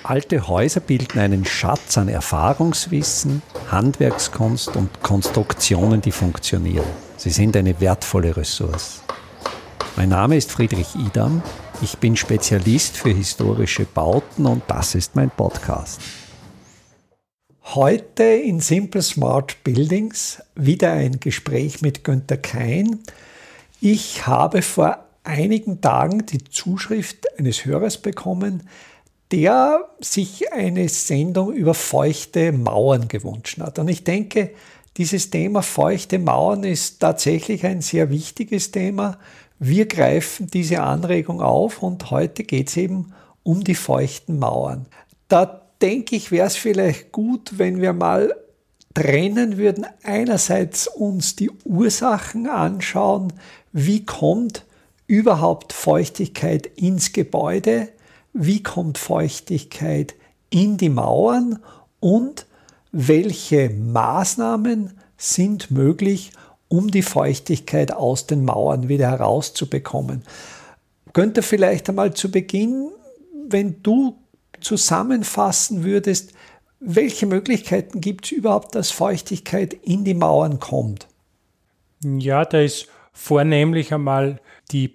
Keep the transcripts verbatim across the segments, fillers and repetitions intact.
Alte Häuser bilden einen Schatz an Erfahrungswissen, Handwerkskunst und Konstruktionen, die funktionieren. Sie sind eine wertvolle Ressource. Mein Name ist Friedrich Idam. Ich bin Spezialist für historische Bauten und das ist mein Podcast. Heute in Simple Smart Buildings wieder ein Gespräch mit Günther Kein. Ich habe vor einigen Tagen die Zuschrift eines Hörers bekommen, der sich eine Sendung über feuchte Mauern gewünscht hat. Und ich denke, dieses Thema feuchte Mauern ist tatsächlich ein sehr wichtiges Thema. Wir greifen diese Anregung auf und heute geht es eben um die feuchten Mauern. Da denke ich, wäre es vielleicht gut, wenn wir mal trennen würden. Einerseits uns die Ursachen anschauen, wie kommt überhaupt Feuchtigkeit ins Gebäude, wie kommt Feuchtigkeit in die Mauern und welche Maßnahmen sind möglich, um die Feuchtigkeit aus den Mauern wieder herauszubekommen. Günther, vielleicht einmal zu Beginn, wenn du zusammenfassen würdest, welche Möglichkeiten gibt es überhaupt, dass Feuchtigkeit in die Mauern kommt? Ja, da ist vornehmlich einmal die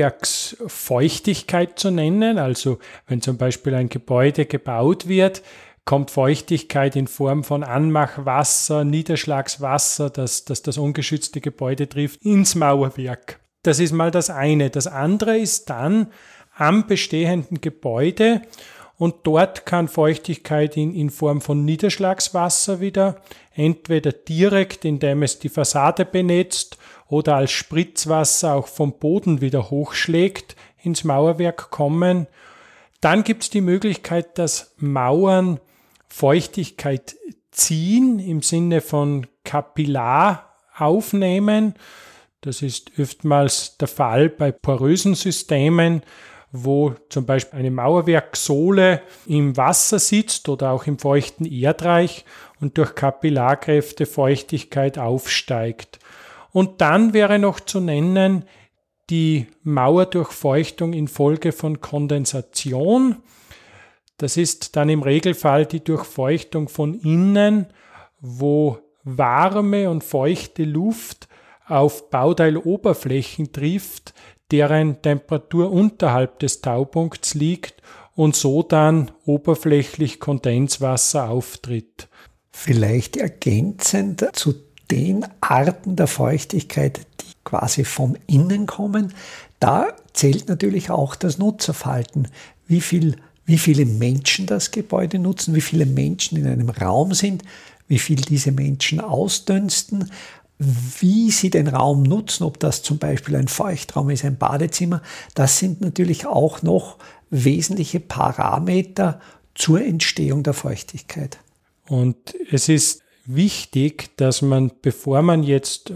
Bauwerksfeuchtigkeit zu nennen. Also wenn zum Beispiel ein Gebäude gebaut wird, kommt Feuchtigkeit in Form von Anmachwasser, Niederschlagswasser, das, das das ungeschützte Gebäude trifft, ins Mauerwerk. Das ist mal das eine. Das andere ist dann am bestehenden Gebäude und dort kann Feuchtigkeit in, in Form von Niederschlagswasser wieder entweder direkt, indem es die Fassade benetzt, oder als Spritzwasser auch vom Boden wieder hochschlägt, ins Mauerwerk kommen. Dann gibt es die Möglichkeit, dass Mauern Feuchtigkeit ziehen, im Sinne von Kapillar aufnehmen. Das ist oftmals der Fall bei porösen Systemen, wo zum Beispiel eine Mauerwerksohle im Wasser sitzt oder auch im feuchten Erdreich und durch Kapillarkräfte Feuchtigkeit aufsteigt. Und dann wäre noch zu nennen die Mauerdurchfeuchtung infolge von Kondensation. Das ist dann im Regelfall die Durchfeuchtung von innen, wo warme und feuchte Luft auf Bauteiloberflächen trifft, deren Temperatur unterhalb des Taupunkts liegt und so dann oberflächlich Kondenswasser auftritt. Vielleicht ergänzend zu den Arten der Feuchtigkeit, die quasi von innen kommen, da zählt natürlich auch das Nutzerverhalten. Wie viel, wie viele Menschen das Gebäude nutzen, wie viele Menschen in einem Raum sind, wie viel diese Menschen ausdünsten, wie sie den Raum nutzen, ob das zum Beispiel ein Feuchtraum ist, ein Badezimmer. Das sind natürlich auch noch wesentliche Parameter zur Entstehung der Feuchtigkeit. Und es ist wichtig, dass man, bevor man jetzt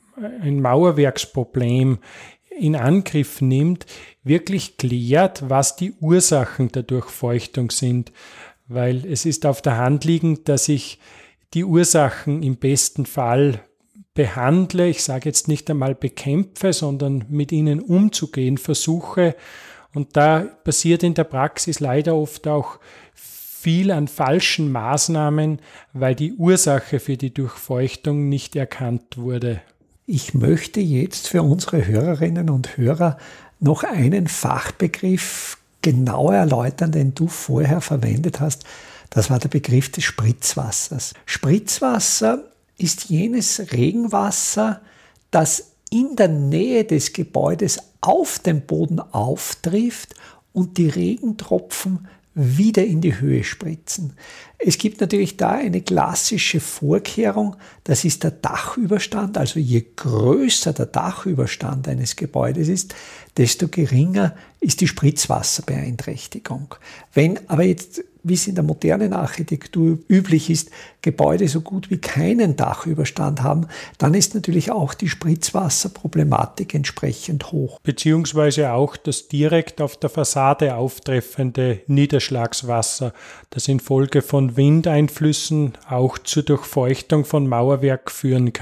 ein Mauerwerksproblem in Angriff nimmt, wirklich klärt, was die Ursachen der Durchfeuchtung sind. Weil es ist auf der Hand liegend, dass ich die Ursachen im besten Fall behandle, ich sage jetzt nicht einmal bekämpfe, sondern mit ihnen umzugehen versuche. Und da passiert in der Praxis leider oft auch viel an falschen Maßnahmen, weil die Ursache für die Durchfeuchtung nicht erkannt wurde. Ich möchte jetzt für unsere Hörerinnen und Hörer noch einen Fachbegriff genauer erläutern, den du vorher verwendet hast. Das war der Begriff des Spritzwassers. Spritzwasser ist jenes Regenwasser, das in der Nähe des Gebäudes auf den Boden auftrifft und die Regentropfen wieder in die Höhe spritzen. Es gibt natürlich da eine klassische Vorkehrung, das ist der Dachüberstand. Also je größer der Dachüberstand eines Gebäudes ist, desto geringer ist die Spritzwasserbeeinträchtigung. Wenn aber jetzt, wie es in der modernen Architektur üblich ist, Gebäude so gut wie keinen Dachüberstand haben, dann ist natürlich auch die Spritzwasserproblematik entsprechend hoch. Beziehungsweise auch das direkt auf der Fassade auftreffende Niederschlagswasser, das infolge von Windeinflüssen auch zur Durchfeuchtung von Mauerwerk führen kann.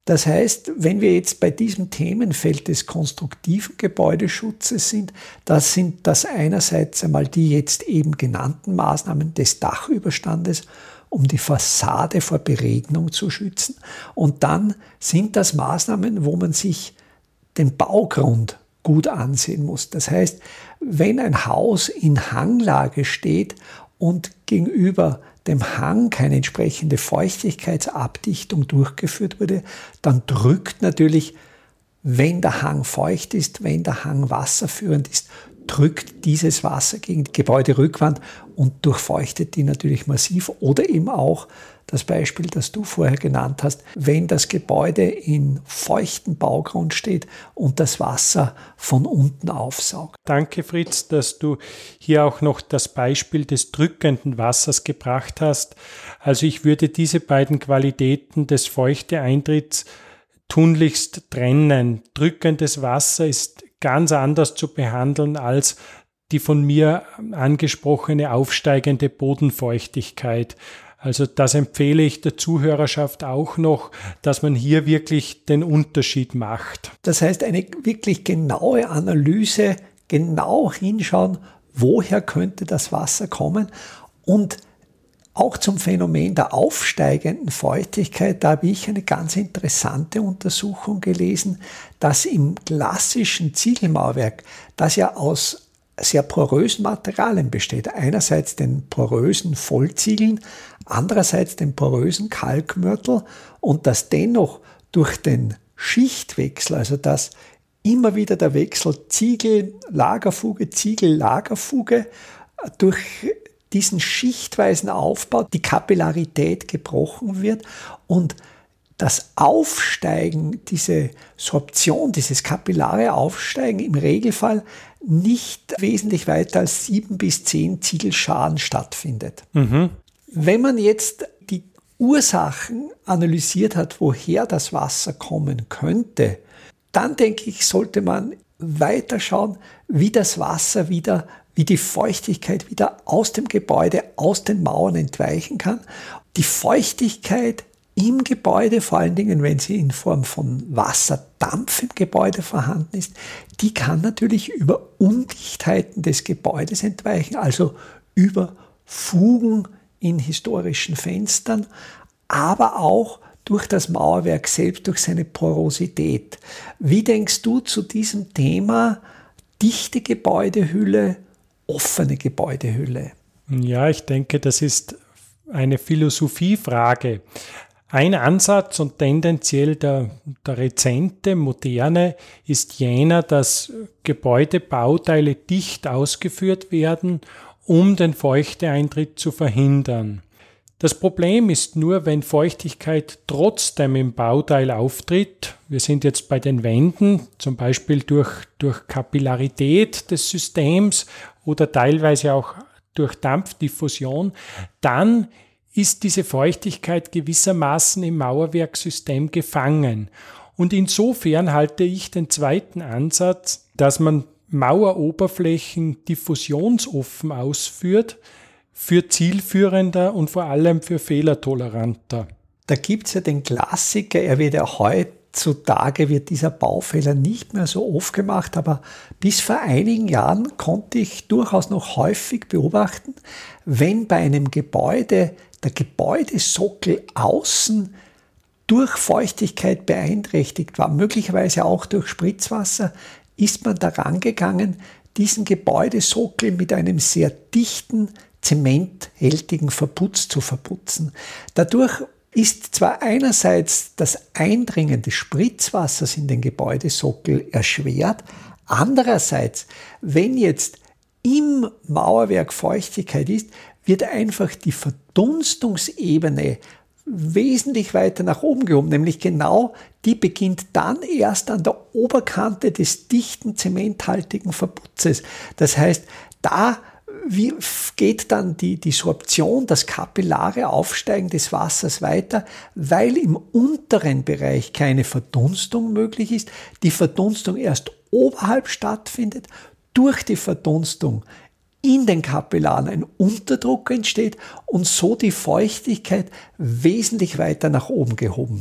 Das heißt, wenn wir jetzt bei diesem Themenfeld des konstruktiven Gebäudeschutzes sind, das sind das einerseits einmal die jetzt eben genannten Maßnahmen des Dachüberstandes, um die Fassade vor Beregnung zu schützen. Und dann sind das Maßnahmen, wo man sich den Baugrund gut ansehen muss. Das heißt, wenn ein Haus in Hanglage steht und gegenüber dem Hang keine entsprechende Feuchtigkeitsabdichtung durchgeführt wurde, dann drückt natürlich, wenn der Hang feucht ist, wenn der Hang wasserführend ist, drückt dieses Wasser gegen die Gebäuderückwand und durchfeuchtet die natürlich massiv. Oder eben auch das Beispiel, das du vorher genannt hast, wenn das Gebäude in feuchtem Baugrund steht und das Wasser von unten aufsaugt. Danke, Fritz, dass du hier auch noch das Beispiel des drückenden Wassers gebracht hast. Also ich würde diese beiden Qualitäten des Feuchteeintritts tunlichst trennen. Drückendes Wasser ist ganz anders zu behandeln als die von mir angesprochene aufsteigende Bodenfeuchtigkeit. Also das empfehle ich der Zuhörerschaft auch noch, dass man hier wirklich den Unterschied macht. Das heißt, eine wirklich genaue Analyse, genau hinschauen, woher könnte das Wasser kommen, und auch zum Phänomen der aufsteigenden Feuchtigkeit, da habe ich eine ganz interessante Untersuchung gelesen, dass im klassischen Ziegelmauerwerk, das ja aus sehr porösen Materialien besteht, einerseits den porösen Vollziegeln, andererseits den porösen Kalkmörtel, und dass dennoch durch den Schichtwechsel, also dass immer wieder der Wechsel Ziegel-Lagerfuge, Ziegel-Lagerfuge, durch diesen schichtweisen Aufbau die Kapillarität gebrochen wird und das Aufsteigen, diese Sorption, dieses kapillare Aufsteigen im Regelfall nicht wesentlich weiter als sieben bis zehn Ziegelscharen stattfindet. Mhm. Wenn man jetzt die Ursachen analysiert hat, woher das Wasser kommen könnte, dann denke ich, sollte man weiter schauen, wie das Wasser wieder, wie die Feuchtigkeit wieder aus dem Gebäude, aus den Mauern entweichen kann. Die Feuchtigkeit im Gebäude, vor allen Dingen, wenn sie in Form von Wasserdampf im Gebäude vorhanden ist, die kann natürlich über Undichtheiten des Gebäudes entweichen, also über Fugen in historischen Fenstern, aber auch durch das Mauerwerk selbst, durch seine Porosität. Wie denkst du zu diesem Thema dichte Gebäudehülle, offene Gebäudehülle? Ja, ich denke, das ist eine Philosophiefrage. Ein Ansatz und tendenziell der, der rezente, moderne ist jener, dass Gebäudebauteile dicht ausgeführt werden, um den Feuchteeintritt zu verhindern. Das Problem ist nur, wenn Feuchtigkeit trotzdem im Bauteil auftritt. Wir sind jetzt bei den Wänden, zum Beispiel durch, durch Kapillarität des Systems oder teilweise auch durch Dampfdiffusion, dann ist diese Feuchtigkeit gewissermaßen im Mauerwerksystem gefangen. Und insofern halte ich den zweiten Ansatz, dass man Maueroberflächen diffusionsoffen ausführt, für zielführender und vor allem für fehlertoleranter. Da gibt es ja den Klassiker, er wird ja heutzutage, wird dieser Baufehler nicht mehr so oft gemacht, aber bis vor einigen Jahren konnte ich durchaus noch häufig beobachten, wenn bei einem Gebäude der Gebäudesockel außen durch Feuchtigkeit beeinträchtigt war, möglicherweise auch durch Spritzwasser, ist man daran gegangen, diesen Gebäudesockel mit einem sehr dichten, zementhältigen Verputz zu verputzen. Dadurch ist zwar einerseits das Eindringen des Spritzwassers in den Gebäudesockel erschwert, andererseits, wenn jetzt im Mauerwerk Feuchtigkeit ist, wird einfach die Verdunstungsebene wesentlich weiter nach oben gehoben, nämlich genau die beginnt dann erst an der Oberkante des dichten, zementhaltigen Verputzes. Das heißt, da wie geht dann die, die Sorption, das kapillare Aufsteigen des Wassers weiter, weil im unteren Bereich keine Verdunstung möglich ist, die Verdunstung erst oberhalb stattfindet, durch die Verdunstung in den Kapillaren ein Unterdruck entsteht und so die Feuchtigkeit wesentlich weiter nach oben gehoben wird.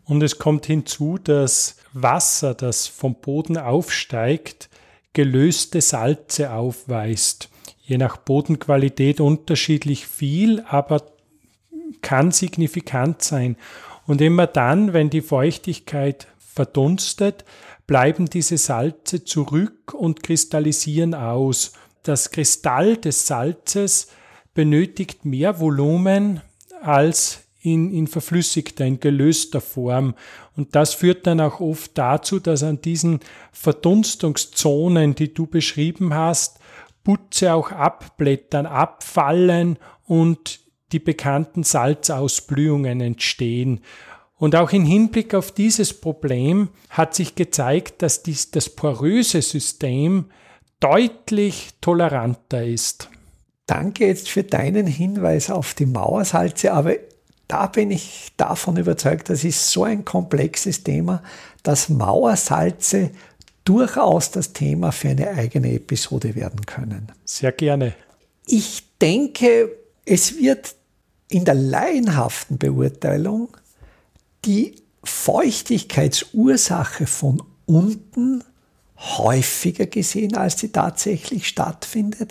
Und es kommt hinzu, dass Wasser, das vom Boden aufsteigt, gelöste Salze aufweist. Je nach Bodenqualität unterschiedlich viel, aber kann signifikant sein. Und immer dann, wenn die Feuchtigkeit verdunstet, bleiben diese Salze zurück und kristallisieren aus. Das Kristall des Salzes benötigt mehr Volumen als in, in verflüssigter, in gelöster Form. Und das führt dann auch oft dazu, dass an diesen Verdunstungszonen, die du beschrieben hast, Putze auch abblättern, abfallen und die bekannten Salzausblühungen entstehen. Und auch im Hinblick auf dieses Problem hat sich gezeigt, dass dies, das poröse System deutlich toleranter ist. Danke jetzt für deinen Hinweis auf die Mauersalze, aber da bin ich davon überzeugt, das ist so ein komplexes Thema, dass Mauersalze durchaus das Thema für eine eigene Episode werden können. Sehr gerne. Ich denke, es wird in der laienhaften Beurteilung die Feuchtigkeitsursache von unten häufiger gesehen, als sie tatsächlich stattfindet,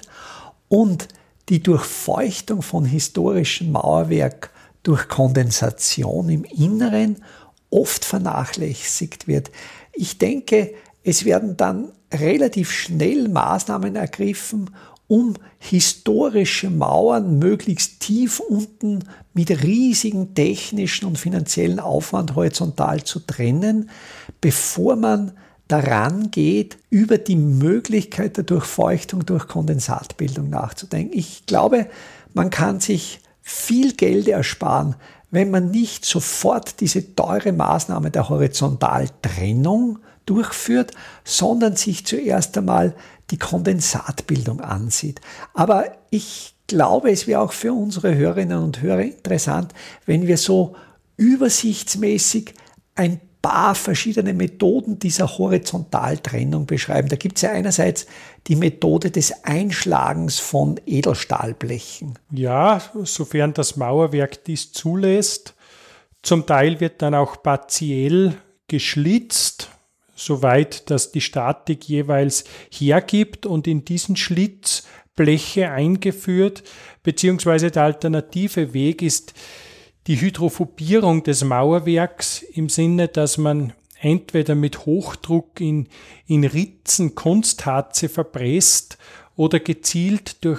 und die Durchfeuchtung von historischem Mauerwerk durch Kondensation im Inneren oft vernachlässigt wird. Ich denke, es werden dann relativ schnell Maßnahmen ergriffen, um historische Mauern möglichst tief unten mit riesigen technischen und finanziellen Aufwand horizontal zu trennen, bevor man daran geht, über die Möglichkeit der Durchfeuchtung durch Kondensatbildung nachzudenken. Ich glaube, man kann sich viel Geld ersparen, wenn man nicht sofort diese teure Maßnahme der Horizontaltrennung durchführt, sondern sich zuerst einmal die Kondensatbildung ansieht. Aber ich glaube, es wäre auch für unsere Hörerinnen und Hörer interessant, wenn wir so übersichtsmäßig ein paar verschiedene Methoden dieser Horizontaltrennung beschreiben. Da gibt es ja einerseits die Methode des Einschlagens von Edelstahlblechen. Ja, sofern das Mauerwerk dies zulässt. Zum Teil wird dann auch partiell geschlitzt, soweit das die Statik jeweils hergibt, und in diesen Schlitz Bleche eingeführt, beziehungsweise der alternative Weg ist die Hydrophobierung des Mauerwerks im Sinne, dass man entweder mit Hochdruck in, in Ritzen Kunstharze verpresst oder gezielt durch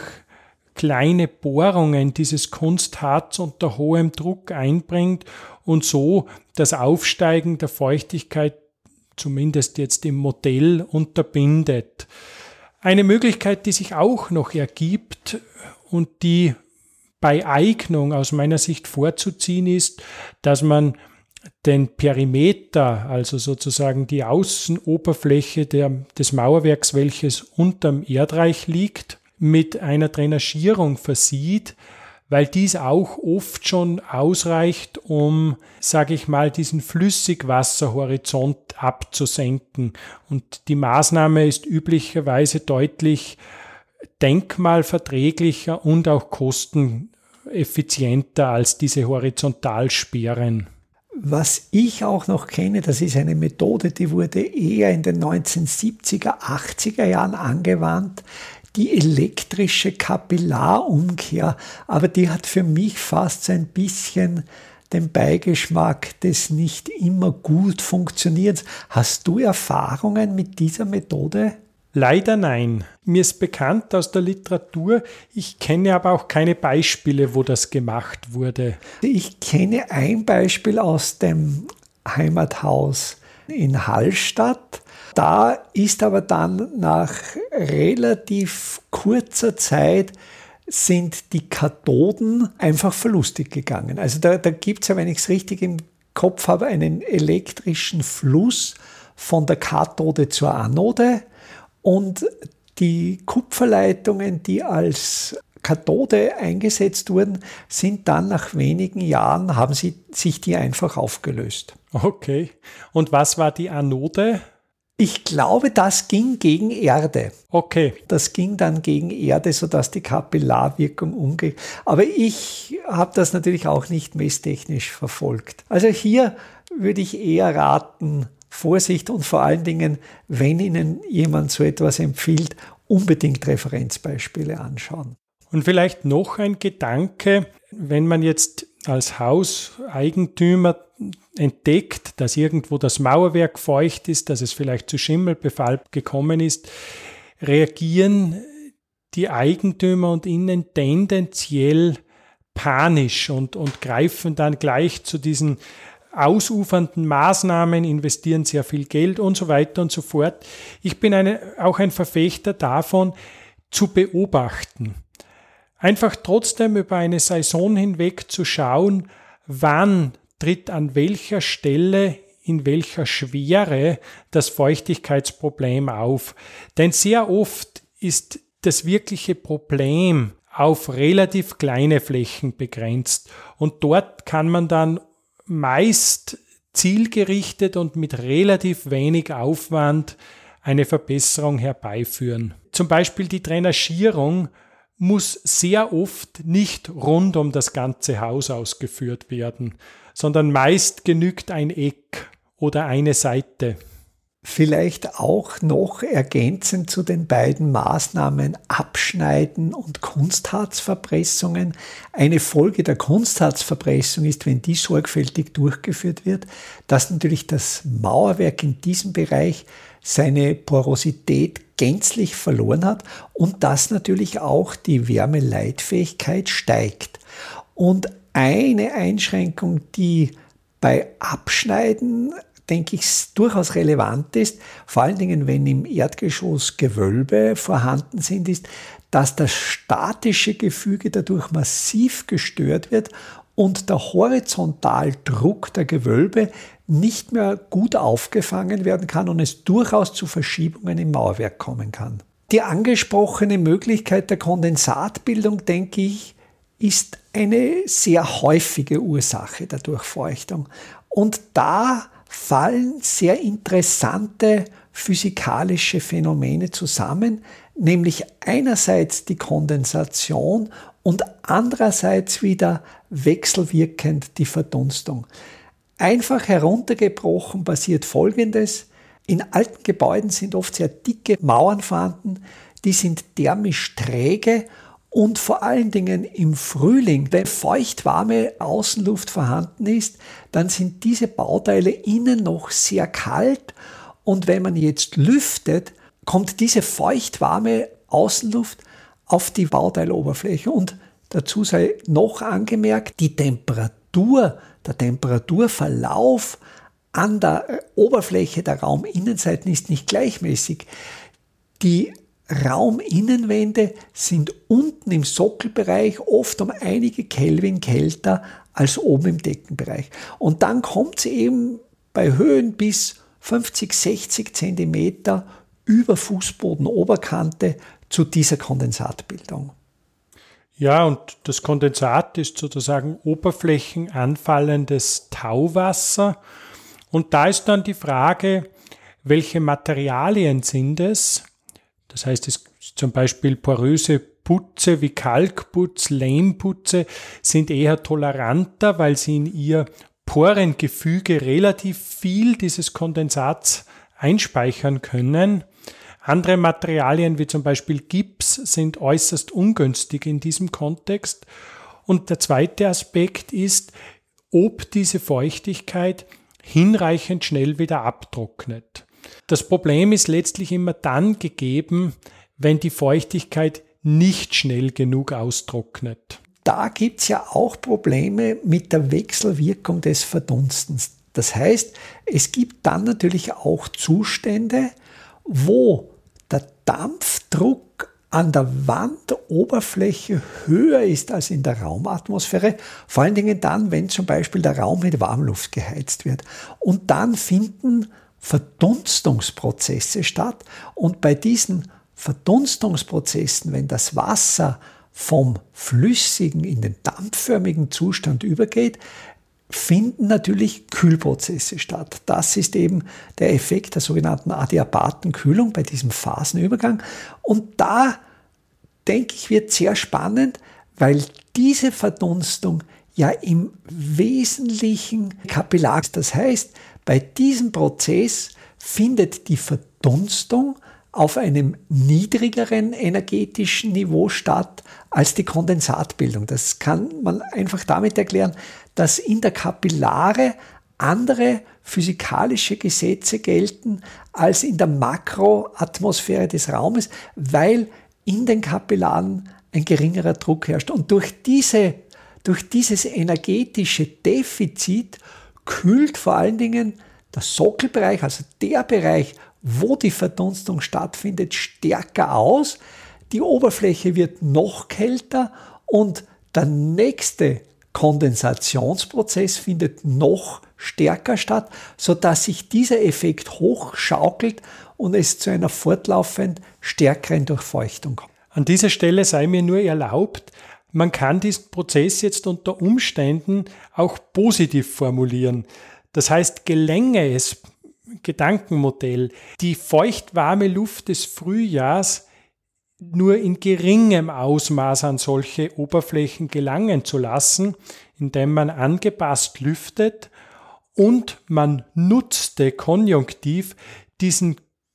kleine Bohrungen dieses Kunstharz unter hohem Druck einbringt und so das Aufsteigen der Feuchtigkeit zumindest jetzt im Modell unterbindet. Eine Möglichkeit, die sich auch noch ergibt und die bei Eignung aus meiner Sicht vorzuziehen ist, dass man den Perimeter, also sozusagen die Außenoberfläche der, des Mauerwerks, welches unterm Erdreich liegt, mit einer Drainagierung versieht, weil dies auch oft schon ausreicht, um, sage ich mal, diesen Flüssigwasserhorizont abzusenken. Und die Maßnahme ist üblicherweise deutlich denkmalverträglicher und auch kosteneffizienter als diese Horizontalsperren. Was ich auch noch kenne, das ist eine Methode, die wurde eher in den neunzehnhundertsiebziger, achtziger Jahren angewandt, die elektrische Kapillarumkehr, aber die hat für mich fast so ein bisschen den Beigeschmack des nicht immer gut Funktionierens. Hast du Erfahrungen mit dieser Methode? Leider nein. Mir ist bekannt aus der Literatur, ich kenne aber auch keine Beispiele, wo das gemacht wurde. Ich kenne ein Beispiel aus dem Heimathaus in Hallstatt. Da ist aber dann nach relativ kurzer Zeit sind die Kathoden einfach verlustig gegangen. Also da, da gibt es ja, wenn ich es richtig im Kopf habe, einen elektrischen Fluss von der Kathode zur Anode. Und die Kupferleitungen, die als Kathode eingesetzt wurden, sind dann nach wenigen Jahren, haben sie sich die einfach aufgelöst. Okay. Und was war die Anode? Ich glaube, das ging gegen Erde. Okay. Das ging dann gegen Erde, sodass die Kapillarwirkung umgeht. Aber ich habe das natürlich auch nicht messtechnisch verfolgt. Also hier würde ich eher raten, Vorsicht und vor allen Dingen, wenn Ihnen jemand so etwas empfiehlt, unbedingt Referenzbeispiele anschauen. Und vielleicht noch ein Gedanke, wenn man jetzt als Hauseigentümer entdeckt, dass irgendwo das Mauerwerk feucht ist, dass es vielleicht zu Schimmelbefall gekommen ist, reagieren die Eigentümer und Innen tendenziell panisch und, und greifen dann gleich zu diesen ausufernden Maßnahmen, investieren sehr viel Geld und so weiter und so fort. Ich bin eine, auch ein Verfechter davon, zu beobachten. Einfach trotzdem über eine Saison hinweg zu schauen, wann tritt an welcher Stelle, in welcher Schwere das Feuchtigkeitsproblem auf. Denn sehr oft ist das wirkliche Problem auf relativ kleine Flächen begrenzt. Und dort kann man dann meist zielgerichtet und mit relativ wenig Aufwand eine Verbesserung herbeiführen. Zum Beispiel die Drainagierung muss sehr oft nicht rund um das ganze Haus ausgeführt werden, sondern meist genügt ein Eck oder eine Seite. Vielleicht auch noch ergänzend zu den beiden Maßnahmen Abschneiden und Kunstharzverpressungen. Eine Folge der Kunstharzverpressung ist, wenn die sorgfältig durchgeführt wird, dass natürlich das Mauerwerk in diesem Bereich seine Porosität gänzlich verloren hat und dass natürlich auch die Wärmeleitfähigkeit steigt. Und eine Einschränkung, die bei Abschneiden denke ich, durchaus relevant ist, vor allen Dingen, wenn im Erdgeschoss Gewölbe vorhanden sind, ist, dass das statische Gefüge dadurch massiv gestört wird und der Horizontaldruck der Gewölbe nicht mehr gut aufgefangen werden kann und es durchaus zu Verschiebungen im Mauerwerk kommen kann. Die angesprochene Möglichkeit der Kondensatbildung, denke ich, ist eine sehr häufige Ursache der Durchfeuchtung. Und da fallen sehr interessante physikalische Phänomene zusammen, nämlich einerseits die Kondensation und andererseits wieder wechselwirkend die Verdunstung. Einfach heruntergebrochen passiert Folgendes: In alten Gebäuden sind oft sehr dicke Mauern vorhanden, die sind thermisch träge. Und vor allen Dingen im Frühling, wenn feuchtwarme Außenluft vorhanden ist, dann sind diese Bauteile innen noch sehr kalt. Und wenn man jetzt lüftet, kommt diese feuchtwarme Außenluft auf die Bauteiloberfläche. Und dazu sei noch angemerkt, die Temperatur, der Temperaturverlauf an der Oberfläche der Rauminnenseiten ist nicht gleichmäßig. Die Rauminnenwände sind unten im Sockelbereich oft um einige Kelvin kälter als oben im Deckenbereich. Und dann kommt es eben bei Höhen bis fünfzig, sechzig Zentimeter über Fußbodenoberkante zu dieser Kondensatbildung. Ja, und das Kondensat ist sozusagen oberflächenanfallendes Tauwasser. Und da ist dann die Frage, welche Materialien sind es? Das heißt, es zum Beispiel poröse Putze wie Kalkputz, Lehmputze sind eher toleranter, weil sie in ihr Porengefüge relativ viel dieses Kondensats einspeichern können. Andere Materialien wie zum Beispiel Gips sind äußerst ungünstig in diesem Kontext. Und der zweite Aspekt ist, ob diese Feuchtigkeit hinreichend schnell wieder abtrocknet. Das Problem ist letztlich immer dann gegeben, wenn die Feuchtigkeit nicht schnell genug austrocknet. Da gibt es ja auch Probleme mit der Wechselwirkung des Verdunstens. Das heißt, es gibt dann natürlich auch Zustände, wo der Dampfdruck an der Wandoberfläche höher ist als in der Raumatmosphäre, vor allen Dingen dann, wenn zum Beispiel der Raum mit Warmluft geheizt wird. Und dann finden Verdunstungsprozesse statt und bei diesen Verdunstungsprozessen, wenn das Wasser vom flüssigen in den dampfförmigen Zustand übergeht, finden natürlich Kühlprozesse statt. Das ist eben der Effekt der sogenannten Adiabatenkühlung bei diesem Phasenübergang. Und da, denke ich, wird sehr spannend, weil diese Verdunstung ja im Wesentlichen kapillar. Das heißt, bei diesem Prozess findet die Verdunstung auf einem niedrigeren energetischen Niveau statt als die Kondensatbildung. Das kann man einfach damit erklären, dass in der Kapillare andere physikalische Gesetze gelten als in der Makroatmosphäre des Raumes, weil in den Kapillaren ein geringerer Druck herrscht. Und durch, diese, durch dieses energetische Defizit kühlt vor allen Dingen der Sockelbereich, also der Bereich, wo die Verdunstung stattfindet, stärker aus. Die Oberfläche wird noch kälter und der nächste Kondensationsprozess findet noch stärker statt, sodass sich dieser Effekt hochschaukelt und es zu einer fortlaufend stärkeren Durchfeuchtung kommt. An dieser Stelle sei mir nur erlaubt, man kann diesen Prozess jetzt unter Umständen auch positiv formulieren. Das heißt, gelänge es, Gedankenmodell, die feuchtwarme Luft des Frühjahrs nur in geringem Ausmaß an solche Oberflächen gelangen zu lassen, indem man angepasst lüftet und man nutzte konjunktiv diesen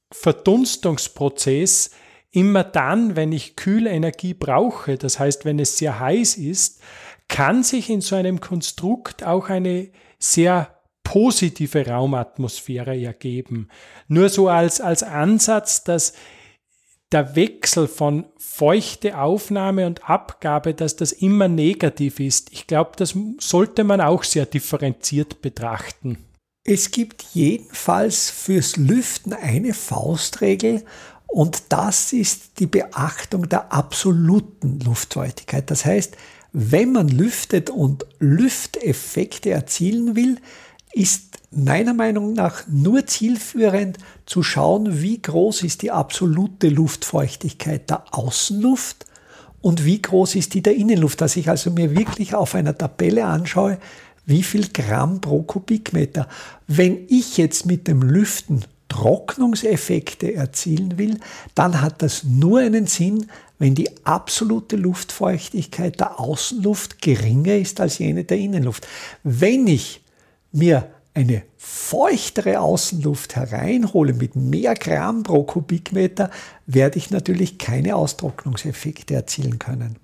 Verdunstungsprozess immer dann, wenn ich Kühlenergie brauche, das heißt, wenn es sehr heiß ist, kann sich in so einem Konstrukt auch eine sehr positive Raumatmosphäre ergeben. Nur so als, als Ansatz, dass der Wechsel von feuchte Aufnahme und Abgabe, dass das immer negativ ist. Ich glaube, das sollte man auch sehr differenziert betrachten. Es gibt jedenfalls fürs Lüften eine Faustregel und das ist die Beachtung der absoluten Luftfeuchtigkeit. Das heißt, wenn man lüftet und Lüfteffekte erzielen will, ist meiner Meinung nach nur zielführend zu schauen, wie groß ist die absolute Luftfeuchtigkeit der Außenluft und wie groß ist die der Innenluft, dass ich also mir wirklich auf einer Tabelle anschaue, wie viel Gramm pro Kubikmeter. Wenn ich jetzt mit dem Lüften Trocknungseffekte erzielen will, dann hat das nur einen Sinn, wenn die absolute Luftfeuchtigkeit der Außenluft geringer ist als jene der Innenluft. Wenn ich mir eine feuchtere Außenluft hereinhole mit mehr Gramm pro Kubikmeter, werde ich natürlich keine Austrocknungseffekte erzielen können.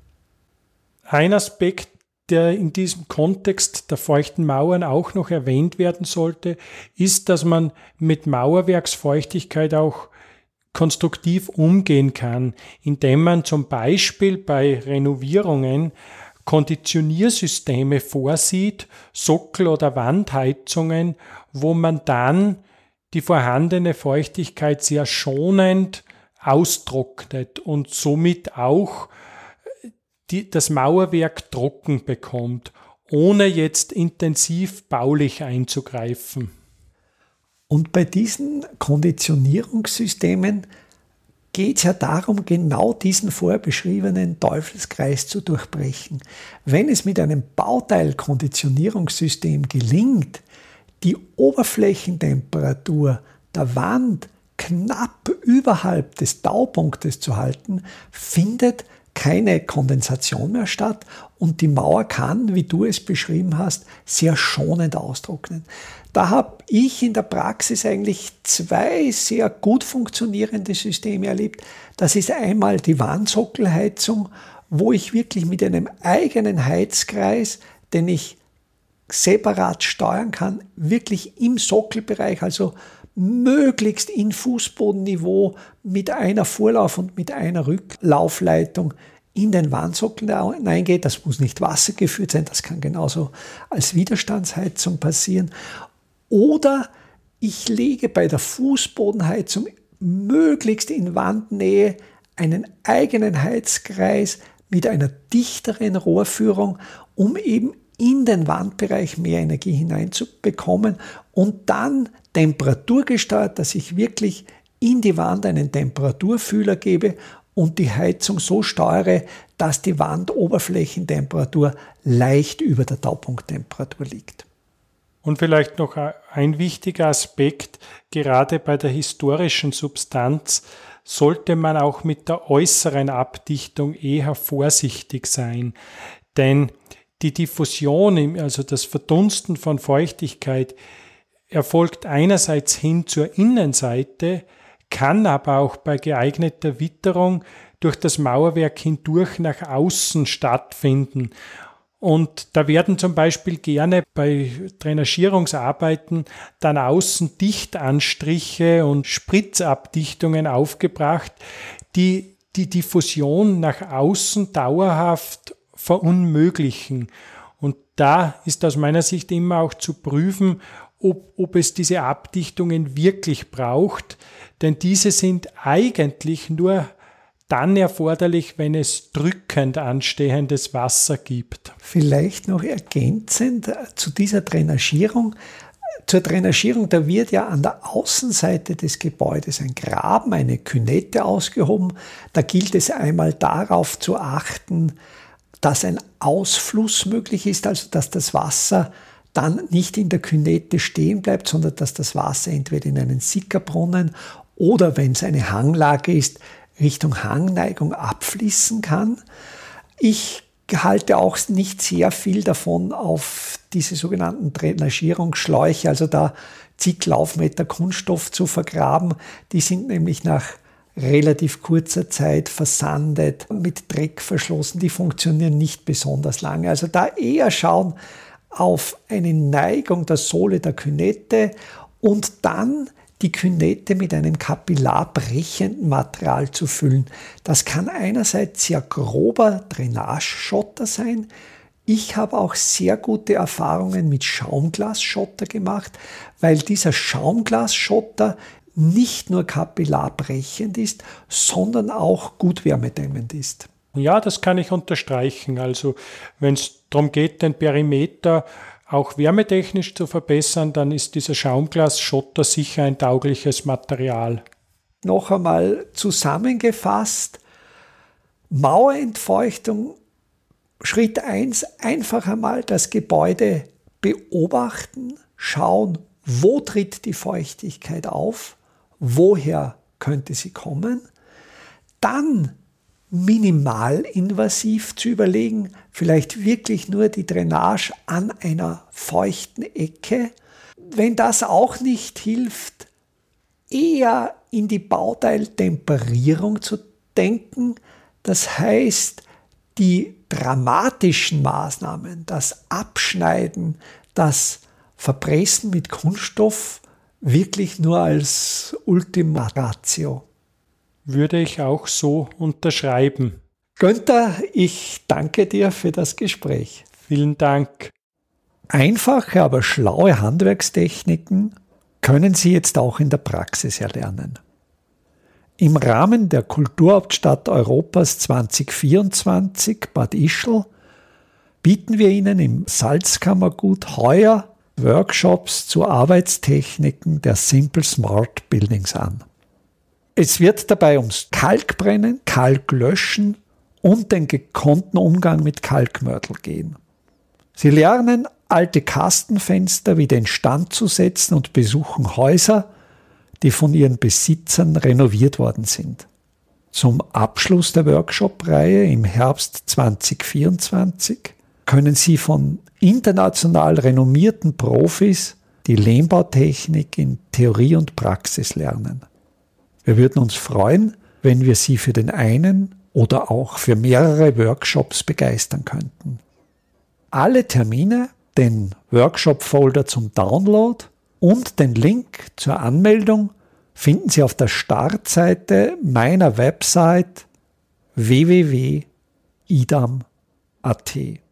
Ein Aspekt, der in diesem Kontext der feuchten Mauern auch noch erwähnt werden sollte, ist, dass man mit Mauerwerksfeuchtigkeit auch konstruktiv umgehen kann, indem man zum Beispiel bei Renovierungen Konditioniersysteme vorsieht, Sockel- oder Wandheizungen, wo man dann die vorhandene Feuchtigkeit sehr schonend austrocknet und somit auch die, das Mauerwerk trocken bekommt, ohne jetzt intensiv baulich einzugreifen. Und bei diesen Konditionierungssystemen geht es ja darum, genau diesen vorher beschriebenen Teufelskreis zu durchbrechen. Wenn es mit einem Bauteilkonditionierungssystem gelingt, die Oberflächentemperatur der Wand knapp überhalb des Taupunktes zu halten, findet keine Kondensation mehr statt und die Mauer kann, wie du es beschrieben hast, sehr schonend austrocknen. Da habe ich in der Praxis eigentlich zwei sehr gut funktionierende Systeme erlebt. Das ist einmal die Wandsockelheizung, wo ich wirklich mit einem eigenen Heizkreis, den ich separat steuern kann, wirklich im Sockelbereich, also möglichst in Fußbodenniveau mit einer Vorlauf- und mit einer Rücklaufleitung in den Wandsockel hineingeht. Das muss nicht wassergeführt sein, das kann genauso als Widerstandsheizung passieren. Oder ich lege bei der Fußbodenheizung möglichst in Wandnähe einen eigenen Heizkreis mit einer dichteren Rohrführung, um eben in den Wandbereich mehr Energie hineinzubekommen und dann temperaturgesteuert, dass ich wirklich in die Wand einen Temperaturfühler gebe und die Heizung so steuere, dass die Wandoberflächentemperatur leicht über der Taupunkttemperatur liegt. Und vielleicht noch ein wichtiger Aspekt, gerade bei der historischen Substanz sollte man auch mit der äußeren Abdichtung eher vorsichtig sein, denn Die Diffusion, also das Verdunsten von Feuchtigkeit, erfolgt einerseits hin zur Innenseite, kann aber auch bei geeigneter Witterung durch das Mauerwerk hindurch nach außen stattfinden. Und da werden zum Beispiel gerne bei Drainagierungsarbeiten dann außen Dichtanstriche und Spritzabdichtungen aufgebracht, die die Diffusion nach außen dauerhaft verunmöglichen. Und da ist aus meiner Sicht immer auch zu prüfen, ob, ob es diese Abdichtungen wirklich braucht, denn diese sind eigentlich nur dann erforderlich, wenn es drückend anstehendes Wasser gibt. Vielleicht noch ergänzend zu dieser Drainagierung. Zur Drainagierung, da wird ja an der Außenseite des Gebäudes ein Graben, eine Künette ausgehoben. Da gilt es einmal darauf zu achten, dass ein Ausfluss möglich ist, also dass das Wasser dann nicht in der Künette stehen bleibt, sondern dass das Wasser entweder in einen Sickerbrunnen oder, wenn es eine Hanglage ist, Richtung Hangneigung abfließen kann. Ich halte auch nicht sehr viel davon, auf diese sogenannten Drainagierungsschläuche, also da zig Laufmeter Kunststoff zu vergraben. Die sind nämlich nach relativ kurzer Zeit versandet, mit Dreck verschlossen. Die funktionieren nicht besonders lange. Also da eher schauen auf eine Neigung der Sohle der Künette und dann die Künette mit einem kapillarbrechenden Material zu füllen. Das kann einerseits sehr grober Drainageschotter sein. Ich habe auch sehr gute Erfahrungen mit Schaumglasschotter gemacht, weil dieser Schaumglasschotter nicht nur kapillarbrechend ist, sondern auch gut wärmedämmend ist. Ja, das kann ich unterstreichen. Also wenn es darum geht, den Perimeter auch wärmetechnisch zu verbessern, dann ist dieser Schaumglasschotter sicher ein taugliches Material. Noch einmal zusammengefasst, Mauerentfeuchtung, Schritt eins, einfach einmal das Gebäude beobachten, schauen, wo tritt die Feuchtigkeit auf, woher könnte sie kommen, dann minimalinvasiv zu überlegen, vielleicht wirklich nur die Drainage an einer feuchten Ecke. Wenn das auch nicht hilft, eher in die Bauteiltemperierung zu denken. Das heißt, die dramatischen Maßnahmen, das Abschneiden, das Verpressen mit Kunststoff wirklich nur als Ultima Ratio. Würde ich auch so unterschreiben. Günther, ich danke dir für das Gespräch. Vielen Dank. Einfache, aber schlaue Handwerkstechniken können Sie jetzt auch in der Praxis erlernen. Im Rahmen der Kulturhauptstadt Europas zwanzig vierundzwanzig Bad Ischl bieten wir Ihnen im Salzkammergut heuer Workshops zu Arbeitstechniken der Simple Smart Buildings an. Es wird dabei ums Kalkbrennen, Kalklöschen und den gekonnten Umgang mit Kalkmörtel gehen. Sie lernen, alte Kastenfenster wieder instand zu setzen und besuchen Häuser, die von ihren Besitzern renoviert worden sind. Zum Abschluss der Workshop-Reihe im Herbst zwanzig vierundzwanzig können Sie von international renommierten Profis die Lehmbautechnik in Theorie und Praxis lernen. Wir würden uns freuen, wenn wir Sie für den einen oder auch für mehrere Workshops begeistern könnten. Alle Termine, den Workshop-Folder zum Download und den Link zur Anmeldung finden Sie auf der Startseite meiner Website w w w punkt idam punkt a t.